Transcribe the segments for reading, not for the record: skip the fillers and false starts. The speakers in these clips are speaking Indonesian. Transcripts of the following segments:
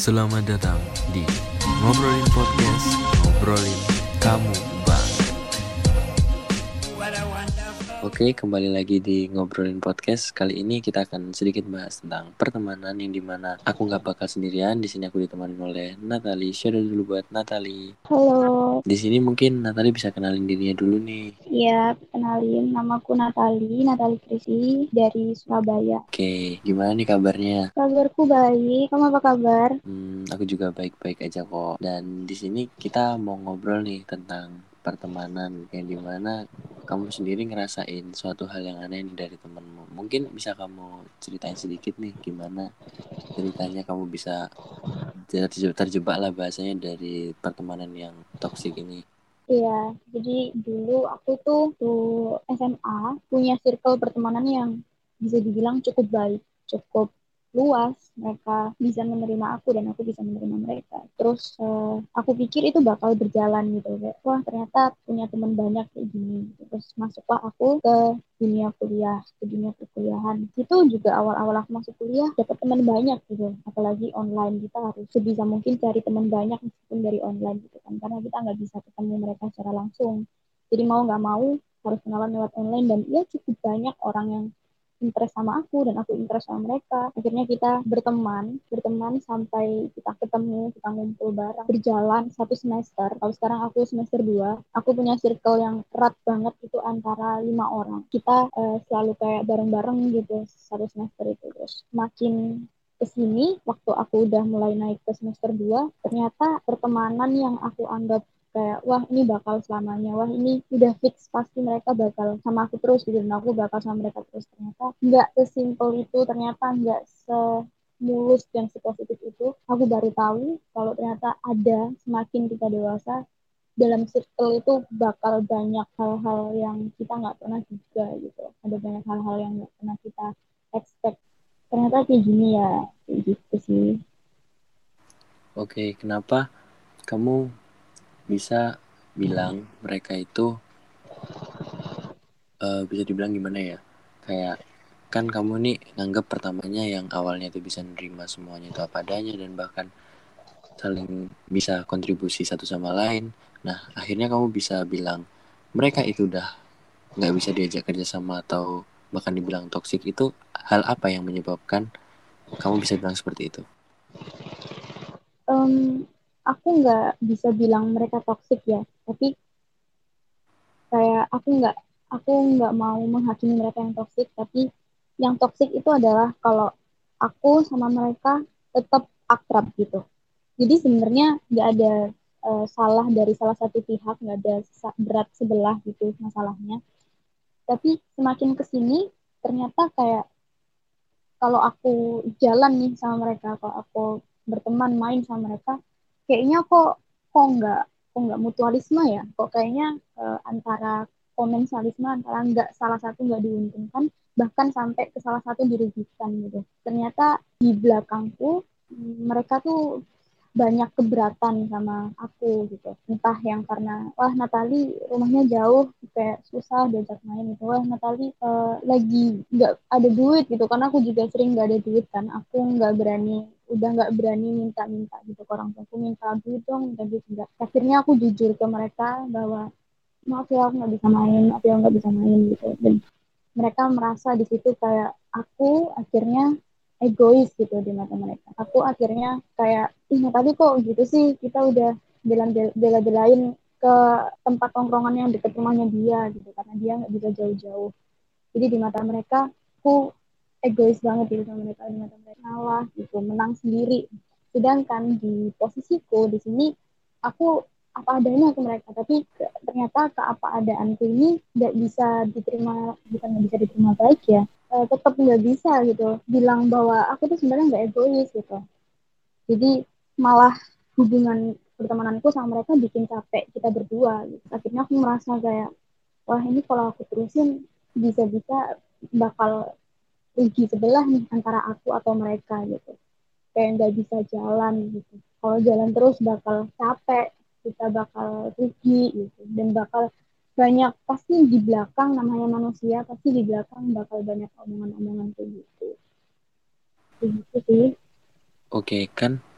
Selamat datang di Ngobrolin Podcast, ngobrolin kamu bang. Oke, kembali lagi di Ngobrolin Podcast. Kali ini kita akan sedikit bahas tentang pertemanan yang dimana aku nggak bakal sendirian. Di sini aku ditemani oleh Natali. Share dulu buat Natali. Halo, Di sini mungkin Natali bisa kenalin dirinya dulu nih. ya kenalin namaku Natali Krisi dari Surabaya. Oke, gimana nih kabarnya? Kabarku baik, kamu apa kabar? Aku juga baik-baik aja kok. Dan di sini kita mau ngobrol nih tentang pertemanan yang dimana kamu sendiri ngerasain suatu hal yang aneh dari temenmu. Mungkin bisa kamu ceritain sedikit nih gimana ceritanya kamu bisa terjebak lah bahasanya dari pertemanan yang toksik ini. Iya, jadi dulu aku tuh SMA punya circle pertemanan yang bisa dibilang cukup baik, cukup luas. Mereka bisa menerima aku dan aku bisa menerima mereka. Terus aku pikir itu bakal berjalan gitu. Kayak, wah ternyata punya teman banyak kayak gini. Terus masuklah aku ke dunia kuliah, ke dunia perkuliahan. Itu juga awal-awal aku masuk kuliah dapat teman banyak gitu. Apalagi online kita harus sebisa mungkin cari teman banyak meskipun dari online gitu kan. Karena kita nggak bisa ketemu mereka secara langsung. Jadi mau nggak mau harus kenalan lewat online dan ya cukup banyak orang yang interest sama aku dan aku interest sama mereka. Akhirnya kita berteman sampai kita ketemu, kita ngumpul bareng, berjalan satu semester. Kalau sekarang aku semester 2, aku punya circle yang erat banget itu antara 5 orang. Kita selalu kayak bareng-bareng gitu satu semester itu. Terus makin kesini, waktu aku udah mulai naik ke semester 2, ternyata pertemanan yang aku anggap kayak wah ini bakal selamanya, wah ini udah fix pasti mereka bakal sama aku terus gitu dan aku bakal sama mereka terus, ternyata nggak sesimpel itu, ternyata nggak semulus dan sepositif itu. Aku baru tahu kalau ternyata ada, semakin kita dewasa dalam circle itu bakal banyak hal-hal yang kita nggak pernah duga gitu, ada banyak hal-hal yang nggak pernah kita expect, ternyata kayak gini ya, kayak gitu sih. Oke, kenapa kamu bisa bilang mereka itu bisa dibilang gimana ya? Kayak kan kamu nih nganggap pertamanya yang awalnya itu bisa nerima semuanya itu apa adanya dan bahkan saling bisa kontribusi satu sama lain. Nah, akhirnya kamu bisa bilang mereka itu udah nggak bisa diajak kerjasama atau bahkan dibilang toksik. Itu hal apa yang menyebabkan kamu bisa bilang seperti itu? Em, aku nggak bisa bilang mereka toxic ya, tapi kayak aku nggak mau menghakimi mereka yang toksik, tapi yang toksik itu adalah kalau aku sama mereka tetap akrab gitu. Jadi sebenarnya nggak ada salah dari salah satu pihak, nggak ada berat sebelah gitu masalahnya. Tapi semakin kesini ternyata kayak kalau aku jalan nih sama mereka, kalau aku berteman main sama mereka, kayaknya kok nggak mutualisme ya, kok kayaknya antara komensalisme, antara nggak salah satu nggak diuntungkan, bahkan sampai ke salah satu dirugikan gitu. Ternyata di belakangku mereka tuh banyak keberatan sama aku gitu. Entah yang karena wah Natali rumahnya jauh kayak susah diajak main gitu. Wah Natali lagi nggak ada duit gitu. Karena aku juga sering nggak ada duit kan. Aku udah nggak berani minta-minta gitu ke orang tua. Aku minta duit dong, minta duit enggak. Akhirnya aku jujur ke mereka bahwa maaf ya aku nggak bisa main, maaf ya aku nggak bisa main gitu. Dan mereka merasa di situ kayak aku akhirnya egois gitu di mata mereka. Aku akhirnya kayak, ih tadi kok gitu sih, kita udah bela-belain ke tempat tongkrongan yang deket rumahnya dia gitu, karena dia nggak bisa jauh-jauh. Jadi di mata mereka, aku egois banget gitu sama mereka, di mata mereka ngalah gitu, menang sendiri. Sedangkan di posisiku di sini, aku apa adanya ke mereka, tapi ternyata ke apa adaanku ini nggak bisa diterima, bukan nggak bisa diterima baik ya, tetap nggak bisa gitu bilang bahwa aku tuh sebenarnya nggak egois gitu. Jadi malah hubungan pertemananku sama mereka bikin capek kita berdua gitu. Akhirnya aku merasa kayak wah ini kalau aku terusin bisa-bisa bakal rugi sebelah nih antara aku atau mereka gitu, kayak nggak bisa jalan gitu. Kalau jalan terus bakal capek, kita bakal rugi gitu, dan bakal banyak pasti di belakang, namanya manusia pasti di belakang bakal banyak omongan-omongan kayak gitu. Kayak gitu sih. Oke, kan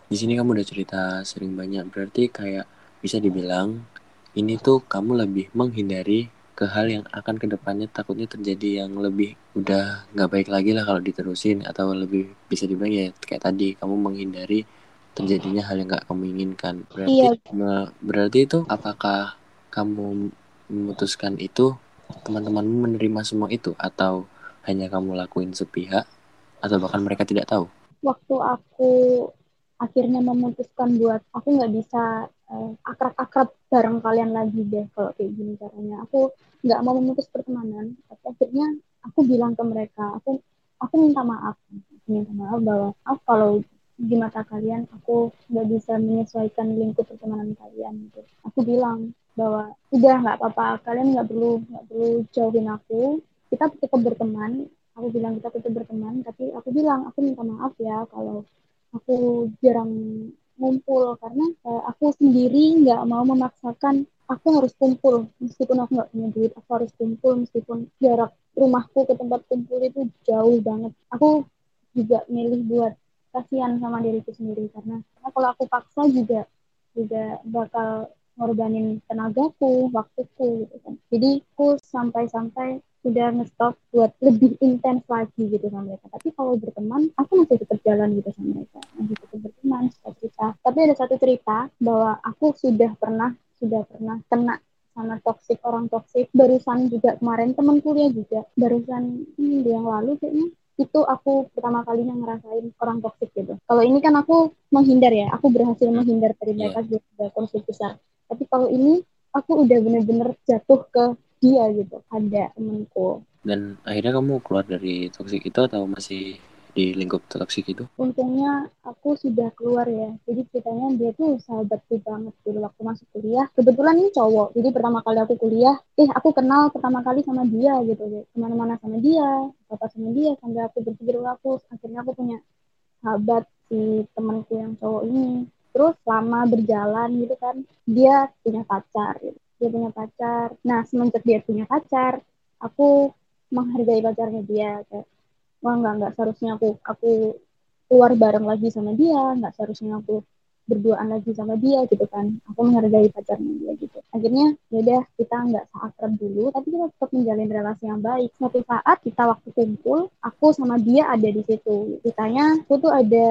di sini kamu udah cerita sering banyak, berarti kayak bisa dibilang ini tuh kamu lebih menghindari ke hal yang akan kedepannya takutnya terjadi yang lebih udah nggak baik lagi lah kalau diterusin, atau lebih bisa dibilang ya kayak tadi kamu menghindari terjadinya hal yang nggak kamu inginkan. Berarti Iya, berarti itu apakah kamu memutuskan itu teman-temanmu menerima semua itu, atau hanya kamu lakuin sepihak, atau bahkan mereka tidak tahu? waktu aku akhirnya memutuskan buat aku nggak bisa akrab-akrab bareng kalian lagi deh kalau kayak gini caranya. Aku nggak mau memutus pertemanan, tapi akhirnya aku bilang ke mereka, aku minta maaf, minta maaf bahwa maaf kalau di mata kalian aku nggak bisa menyesuaikan lingkup pertemanan kalian gitu. Aku bilang bahwa udah nggak apa-apa, kalian nggak perlu jauhin aku, kita tetap berteman. Aku bilang kita tetap berteman, tapi aku bilang aku minta maaf ya kalau aku jarang ngumpul karena aku sendiri nggak mau memaksakan aku harus kumpul meskipun aku nggak punya duit, aku harus kumpul meskipun jarak rumahku ke tempat kumpul itu jauh banget. Aku juga milih buat kasihan sama diriku sendiri karena kalau aku paksa juga juga bakal ngorbanin tenagaku, waktuku gitu kan. Jadi aku sampai-sampai udah ngestop buat lebih intens lagi gitu sama mereka. Tapi kalau berteman, aku masih tetap jalan gitu sama mereka. Masih tetap berteman, suka cerita. Tapi ada satu cerita bahwa aku sudah pernah kena sama toksik, orang toksik. Barusan juga kemarin teman kuliah juga. Barusan minggu yang lalu kayaknya itu aku pertama kalinya ngerasain orang toksik gitu. Kalau ini kan aku menghindar ya, aku berhasil Hmm, menghindar dari iya. mereka juga konflik besar. Tapi kalau ini aku udah bener-bener jatuh ke dia gitu. Ada temanku. Dan akhirnya kamu keluar dari toxic itu atau masih di lingkup toxic itu? Untungnya aku sudah keluar ya. Jadi ceritanya dia tuh sahabatku banget dulu waktu masuk kuliah. Kebetulan ini cowok. Jadi pertama kali aku kuliah, aku kenal pertama kali sama dia gitu. Kemana-mana sama dia, apa sama dia, sampai aku berpikir aku akhirnya aku punya sahabat si temanku yang cowok ini. Terus lama berjalan gitu kan, dia punya pacar gitu. Dia punya pacar. Nah, semenjak dia punya pacar, aku menghargai pacarnya dia. Kayak, wah nggak seharusnya aku keluar bareng lagi sama dia, nggak seharusnya aku berduaan lagi sama dia gitu kan. Aku menghargai pacarnya dia gitu. Akhirnya ya udah kita nggak seakrab dulu, tapi kita tetap menjalin relasi yang baik. Suatu saat kita waktu kumpul, aku sama dia ada di situ. Ceritanya aku tuh ada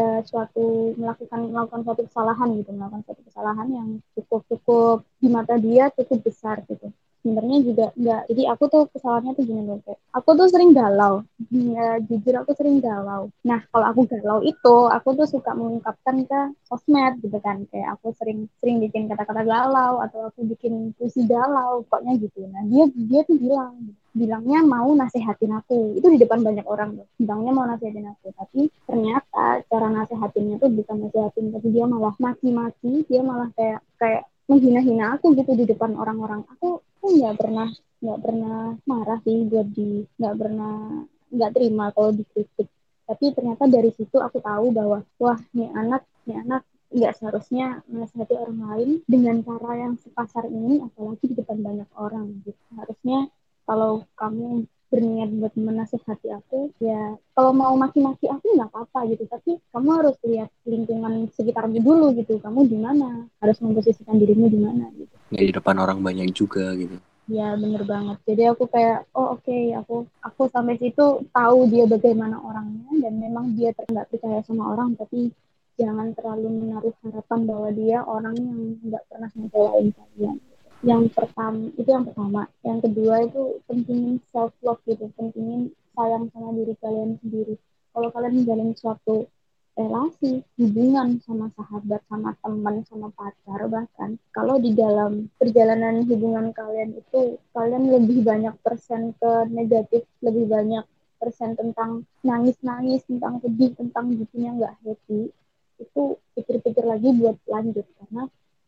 melakukan suatu kesalahan gitu, melakukan suatu kesalahan yang cukup cukup di mata dia cukup besar gitu. Sebenarnya juga enggak. Jadi aku tuh kesalahannya tuh gini loh, kayak aku tuh sering galau. Ya, jujur aku sering galau. Nah, kalau aku galau itu, aku tuh suka mengungkapkan ke sosmed gitu kan. Kayak aku sering sering bikin kata-kata galau atau aku bikin puisi galau, pokoknya gitu. Nah, dia tuh bilangnya mau nasehatin aku. Itu di depan banyak orang loh. Bilangnya mau nasehatin aku, tapi ternyata cara nasehatinnya tuh bukan nasehatin, tapi dia malah maki-maki, dia malah kayak kayak menghina-hina aku gitu di depan orang-orang. Aku nggak pernah marah sih buat nggak pernah nggak terima kalau dikritik, tapi ternyata dari situ aku tahu bahwa wah nih anak nggak seharusnya menasihati orang lain dengan cara yang sekasar ini, apalagi di depan banyak orang gitu. Harusnya kalau kamu berniat buat menasihati aku, ya kalau mau maki-maki aku nggak apa-apa gitu, tapi kamu harus lihat lingkungan sekitarmu dulu gitu, kamu di mana, harus memposisikan dirimu di mana gitu. Nggak di depan orang banyak juga gitu. Ya bener banget. Jadi aku kayak, oh oke, aku sampai situ tahu dia bagaimana orangnya dan memang dia nggak percaya sama orang, tapi jangan terlalu menaruh harapan bahwa dia orang yang nggak pernah ngecewain kalian. Yang pertama. Yang kedua itu pentingin self love gitu, pentingin sayang sama diri kalian sendiri. Kalau kalian menjalin suatu relasi, hubungan sama sahabat, sama teman, sama pacar bahkan, kalau di dalam perjalanan hubungan kalian itu kalian lebih banyak persen ke negatif, lebih banyak persen tentang nangis-nangis, tentang sedih, tentang hidupnya nggak happy, itu pikir-pikir lagi buat lanjut karena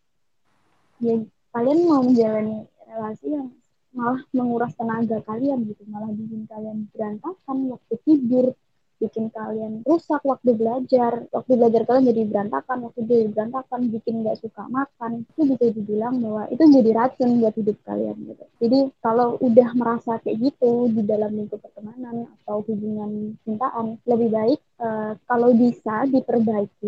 ya kalian mau menjalani relasi yang malah menguras tenaga kalian gitu, malah bikin kalian berantakan waktu tidur, bikin kalian rusak waktu belajar kalian jadi berantakan, waktu jadi berantakan, bikin nggak suka makan, itu bisa dibilang bahwa itu jadi racun buat hidup kalian gitu. Jadi kalau udah merasa kayak gitu di dalam lingkup pertemanan atau hubungan cintaan, lebih baik kalau bisa diperbaiki,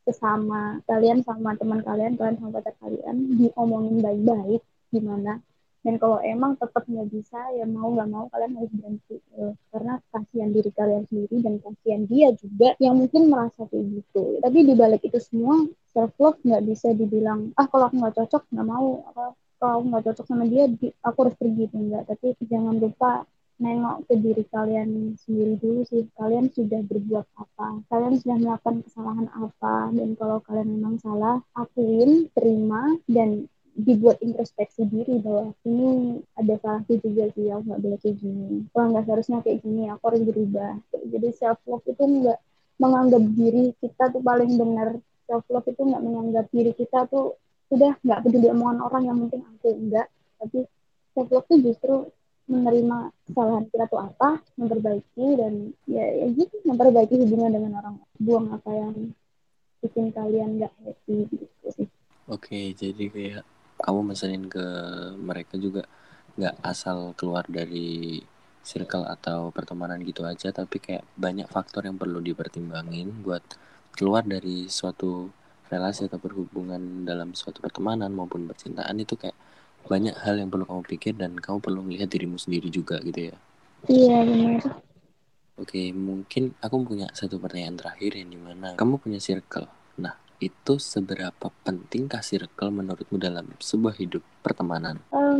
sesama kalian sama teman kalian, kalian sama pacar kalian, diomongin baik-baik gimana. Dan kalau emang tetap nggak bisa, ya mau nggak mau kalian harus berhenti. Karena kasihan diri kalian sendiri dan kasihan dia juga yang mungkin merasa kayak gitu. Tapi di balik itu semua, self love nggak bisa dibilang, ah kalau aku nggak cocok nggak mau, apa kalau aku nggak cocok sama dia, aku harus pergi. Enggak. Tapi jangan lupa nengok ke diri kalian sendiri dulu sih. Kalian sudah berbuat apa? Kalian sudah melakukan kesalahan apa? Dan kalau kalian memang salah, akuin, terima, dan dibuat introspeksi diri bahwa ini ada salahku juga sih, aku nggak boleh kayak gini. Wah, nggak seharusnya kayak gini, aku harus berubah. Jadi self love itu nggak menganggap diri kita tuh paling benar. Self love itu nggak menganggap diri kita tuh sudah nggak peduli omongan orang, yang penting aku enggak. Tapi self love itu justru menerima kesalahan kita tuh apa, memperbaiki, dan ya gitu, memperbaiki hubungan dengan orang, buang apa yang bikin kalian nggak happy gitu sih. Oke, jadi kayak kamu mesenin ke mereka juga nggak asal keluar dari circle atau pertemanan gitu aja, tapi kayak banyak faktor yang perlu dipertimbangin buat keluar dari suatu relasi atau perhubungan dalam suatu pertemanan maupun percintaan. Itu kayak banyak hal yang perlu kamu pikir dan kamu perlu melihat dirimu sendiri juga gitu ya. Iya benar. Oke, mungkin aku punya satu pertanyaan terakhir yang dimana kamu punya circle. Nah, itu seberapa pentingkah circle menurutmu dalam sebuah hidup pertemanan?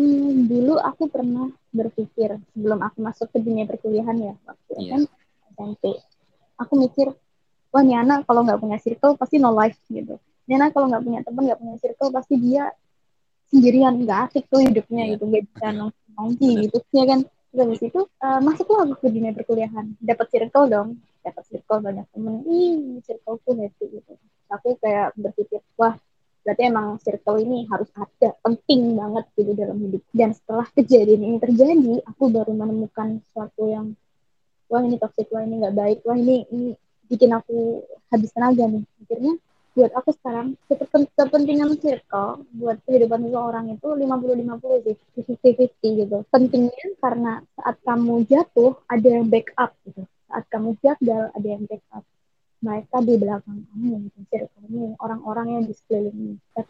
Dulu aku pernah berpikir sebelum aku masuk ke dunia perkuliahan ya, waktu Iya, SMA, SMP, aku mikir, wah ini anak kalau nggak punya circle pasti no life gitu. Ini anak kalau nggak punya teman, nggak punya circle, pasti dia sendirian, nggak asik tuh hidupnya iya, gitu, nggak bisa nongki benar. gitu ya kan. Terus Iya. habis itu masuklah aku ke dunia perkuliahan, dapat circle dong, dapat circle banyak temen, circleku happy gitu. Aku kayak berpikir, wah berarti emang circle ini harus ada, penting banget gitu dalam hidup. Dan setelah kejadian ini terjadi, aku baru menemukan sesuatu yang, wah ini toxic, wah ini nggak baik, wah ini bikin aku habis tenaga nih. Akhirnya buat aku sekarang kepentingan circle buat kehidupan seseorang itu 50-50 sih, 50-50 gitu. Pentingnya karena saat kamu jatuh ada yang backup gitu, saat kamu gagal ada yang backup, mereka di belakang kamu gitu, circle-kamu, orang-orang yang di sekelilingmu. Tapi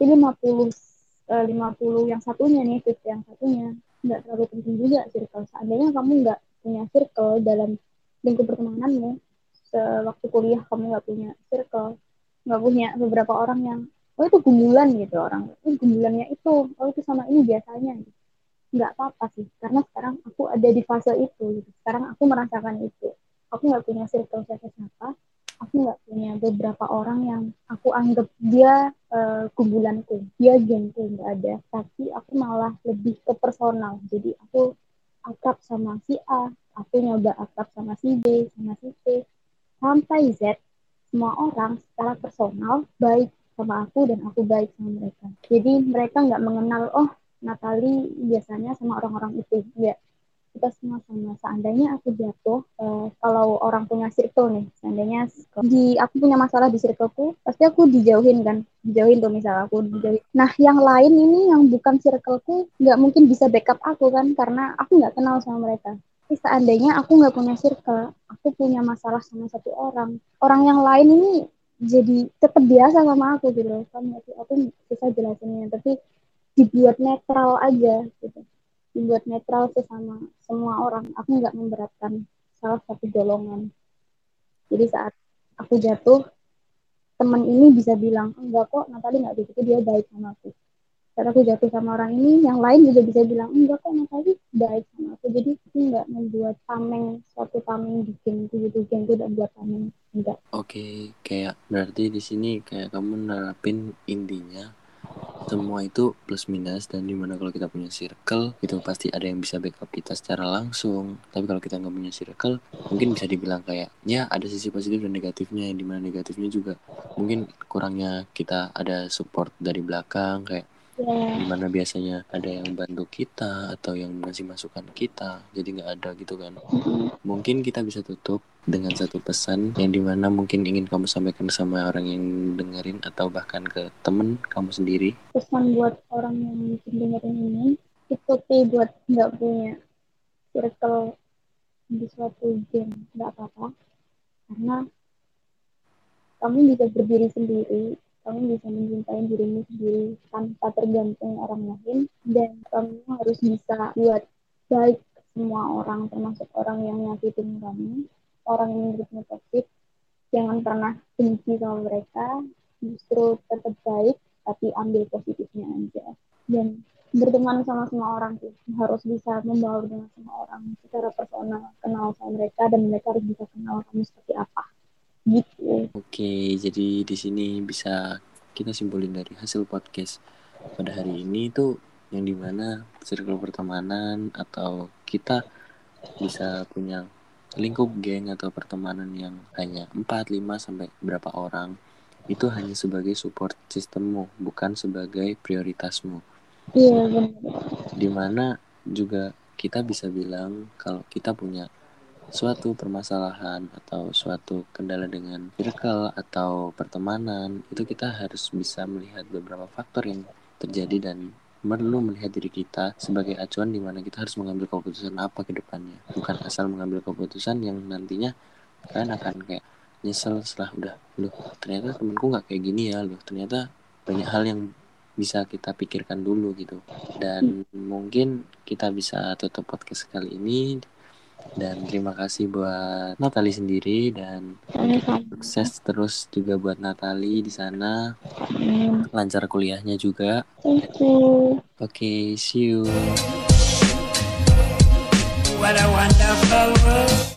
50 yang satunya nih, 50 yang satunya nggak terlalu penting juga circle. Seandainya kamu nggak punya circle dalam lingkup pertemananmu, sewaktu kuliah kamu nggak punya circle, nggak punya beberapa orang yang, oh itu gumulan gitu, orang itu gumulannya itu, oh itu sama ini biasanya gitu. Nggak apa-apa sih, karena sekarang aku ada di fase itu gitu. Sekarang aku merasakan itu, aku nggak punya circle siapa-siapa, aku nggak punya beberapa orang yang aku anggap dia kumpulanku, dia gengku, nggak ada. Tapi aku malah lebih ke personal, jadi aku akrab sama si A, aku nyoba akrab sama si B, sama si C, sampai Z. Semua orang secara personal baik sama aku dan aku baik sama mereka. Jadi mereka nggak mengenal, oh Natali biasanya sama orang-orang itu. Ya, kita semua sama. Seandainya aku jatuh, kalau orang punya circle nih, seandainya aku punya masalah di circleku, pasti aku dijauhin kan, dijauhin tuh misal aku dijauhin. Nah, yang lain ini yang bukan circleku nggak mungkin bisa backup aku kan, karena aku nggak kenal sama mereka. Tapi seandainya aku nggak punya circle, aku punya masalah sama satu orang, orang yang lain ini jadi tetap biasa sama aku gitu kan. Aku bisa jelasinnya, tapi dibuat netral aja gitu, dibuat netral sesama semua orang. Aku nggak memberatkan salah satu golongan. Jadi saat aku jatuh, teman ini bisa bilang, enggak kok Natali nggak begitu, dia baik sama aku. Saat aku jatuh sama orang ini, yang lain juga bisa bilang, enggak kok Natali baik sama aku. Jadi aku nggak membuat tameng, suatu tameng di gengku gitu, gengku dan buat tameng, enggak. Oke, kayak berarti di sini kayak kamu nerapin intinya semua itu plus minus, dan dimana kalau kita punya circle itu pasti ada yang bisa backup kita secara langsung, tapi kalau kita nggak punya circle mungkin bisa dibilang kayak ya ada sisi positif dan negatifnya, yang dimana negatifnya juga mungkin kurangnya kita ada support dari belakang, kayak Ya, dimana biasanya ada yang bantu kita atau yang ngasih masukan kita jadi nggak ada gitu kan. Mungkin kita bisa tutup dengan satu pesan yang dimana mungkin ingin kamu sampaikan sama orang yang dengerin atau bahkan ke temen kamu sendiri. pesan buat orang yang mungkin dengerin ini, itu okay buat nggak punya circle di suatu game, nggak apa-apa. Karena kamu bisa berdiri sendiri, kamu bisa mencintai dirimu sendiri tanpa tergantung orang lain, dan kamu harus bisa buat baik ke semua orang, termasuk orang yang nyakitin kamu, orang yang menurutmu toksik. Jangan pernah benci sama mereka, justru tetap baik, tapi ambil positifnya aja. Dan berteman sama semua orang sih, harus bisa membaur dengan semua orang secara personal, kenal sama mereka, dan mereka harus bisa kenal kamu seperti apa gitu. Oke, jadi di sini bisa kita simpulin dari hasil podcast pada hari ini tuh yang dimana circle pertemanan atau kita bisa punya lingkup geng atau pertemanan yang hanya 4, 5 sampai berapa orang itu hanya sebagai support sistemmu, bukan sebagai prioritasmu. Iya benar. Dimana juga kita bisa bilang kalau kita punya suatu permasalahan atau suatu kendala dengan circle atau pertemanan, itu kita harus bisa melihat beberapa faktor yang terjadi dan perlu melihat diri kita sebagai acuan di mana kita harus mengambil keputusan apa ke depannya. Bukan asal mengambil keputusan yang nantinya kalian akan kayak nyesel setelah udah, loh ternyata temanku nggak kayak gini ya, loh ternyata banyak hal yang bisa kita pikirkan dulu gitu. Dan mungkin kita bisa tutup podcast kali ini dan terima kasih buat Natali sendiri dan Sama-sama. sukses terus juga buat Natali di sana. Amin. Lancar kuliahnya juga. Thank you. Oke, see you. What a wonderful world.